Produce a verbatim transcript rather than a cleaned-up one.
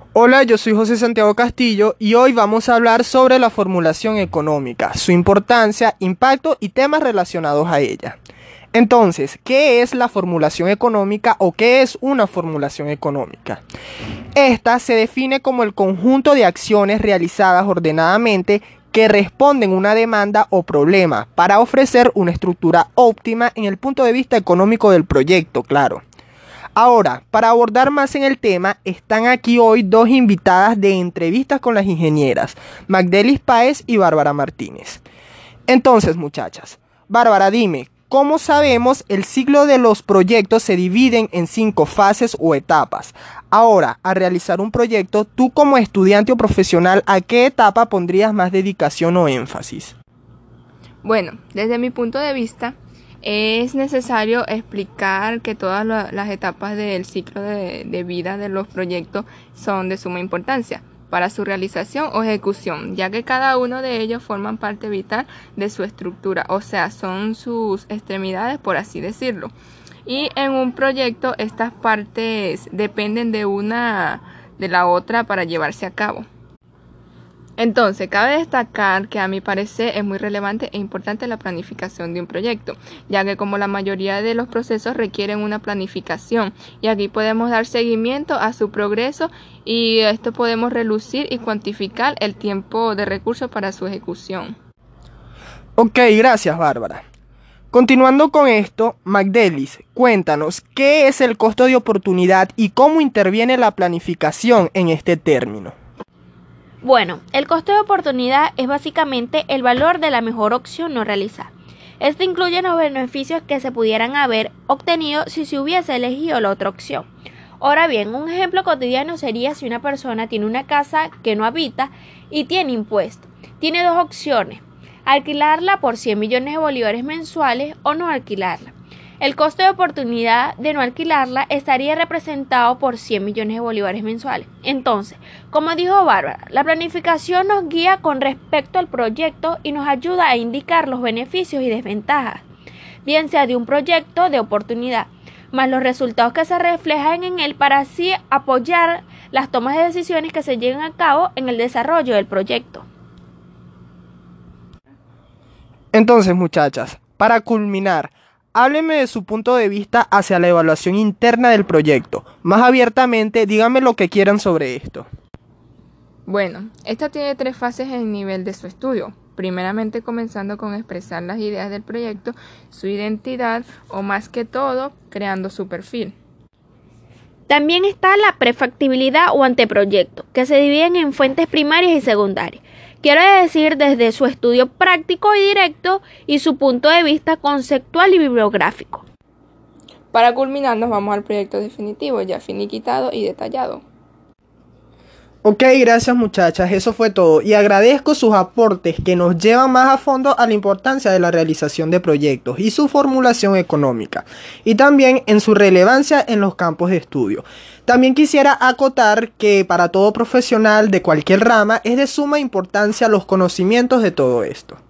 Hola, yo soy José Santiago Castillo y hoy vamos a hablar sobre la formulación económica, su importancia, impacto y temas relacionados a ella. Entonces, ¿qué es la formulación económica o qué es una formulación económica? Esta se define como el conjunto de acciones realizadas ordenadamente que responden a una demanda o problema para ofrecer una estructura óptima en el punto de vista económico del proyecto, claro. Ahora, para abordar más en el tema, están aquí hoy dos invitadas de entrevistas con las ingenieras, Magdelis Páez y Bárbara Martínez. Entonces, muchachas, Bárbara, dime, ¿cómo sabemos el ciclo de los proyectos se dividen en cinco fases o etapas? Ahora, al realizar un proyecto, tú como estudiante o profesional, ¿a qué etapa pondrías más dedicación o énfasis? Bueno, desde mi punto de vista, es necesario explicar que todas las etapas del ciclo de, de vida de los proyectos son de suma importancia para su realización o ejecución, ya que cada uno de ellos forman parte vital de su estructura, o sea, son sus extremidades, por así decirlo. Y en un proyecto estas partes dependen de una de la otra para llevarse a cabo. Entonces, cabe destacar que a mi parecer es muy relevante e importante la planificación de un proyecto, ya que como la mayoría de los procesos requieren una planificación, y aquí podemos dar seguimiento a su progreso y esto podemos relucir y cuantificar el tiempo de recursos para su ejecución. Ok, gracias, Bárbara. Continuando con esto, Magdelis, cuéntanos, ¿qué es el costo de oportunidad y cómo interviene la planificación en este término? Bueno, el costo de oportunidad es básicamente el valor de la mejor opción no realizada. Este incluye los beneficios que se pudieran haber obtenido si se hubiese elegido la otra opción. Ahora bien, un ejemplo cotidiano sería si una persona tiene una casa que no habita y tiene impuestos. Tiene dos opciones: alquilarla por cien millones de bolívares mensuales o no alquilarla. El costo de oportunidad de no alquilarla estaría representado por cien millones de bolívares mensuales. Entonces, como dijo Bárbara, la planificación nos guía con respecto al proyecto y nos ayuda a indicar los beneficios y desventajas, bien sea de un proyecto de oportunidad, más los resultados que se reflejan en él para así apoyar las tomas de decisiones que se lleven a cabo en el desarrollo del proyecto. Entonces, muchachas, para culminar, háblenme de su punto de vista hacia la evaluación interna del proyecto. Más abiertamente, díganme lo que quieran sobre esto. Bueno, esta tiene tres fases en el nivel de su estudio. Primeramente comenzando con expresar las ideas del proyecto, su identidad o más que todo, creando su perfil. También está la prefactibilidad o anteproyecto, que se dividen en fuentes primarias y secundarias. Quiero decir desde su estudio práctico y directo y su punto de vista conceptual y bibliográfico. Para culminar nos vamos al proyecto definitivo, ya finiquitado y detallado. Ok, gracias muchachas, eso fue todo y agradezco sus aportes que nos llevan más a fondo a la importancia de la realización de proyectos y su formulación económica y también en su relevancia en los campos de estudio. También quisiera acotar que para todo profesional de cualquier rama es de suma importancia los conocimientos de todo esto.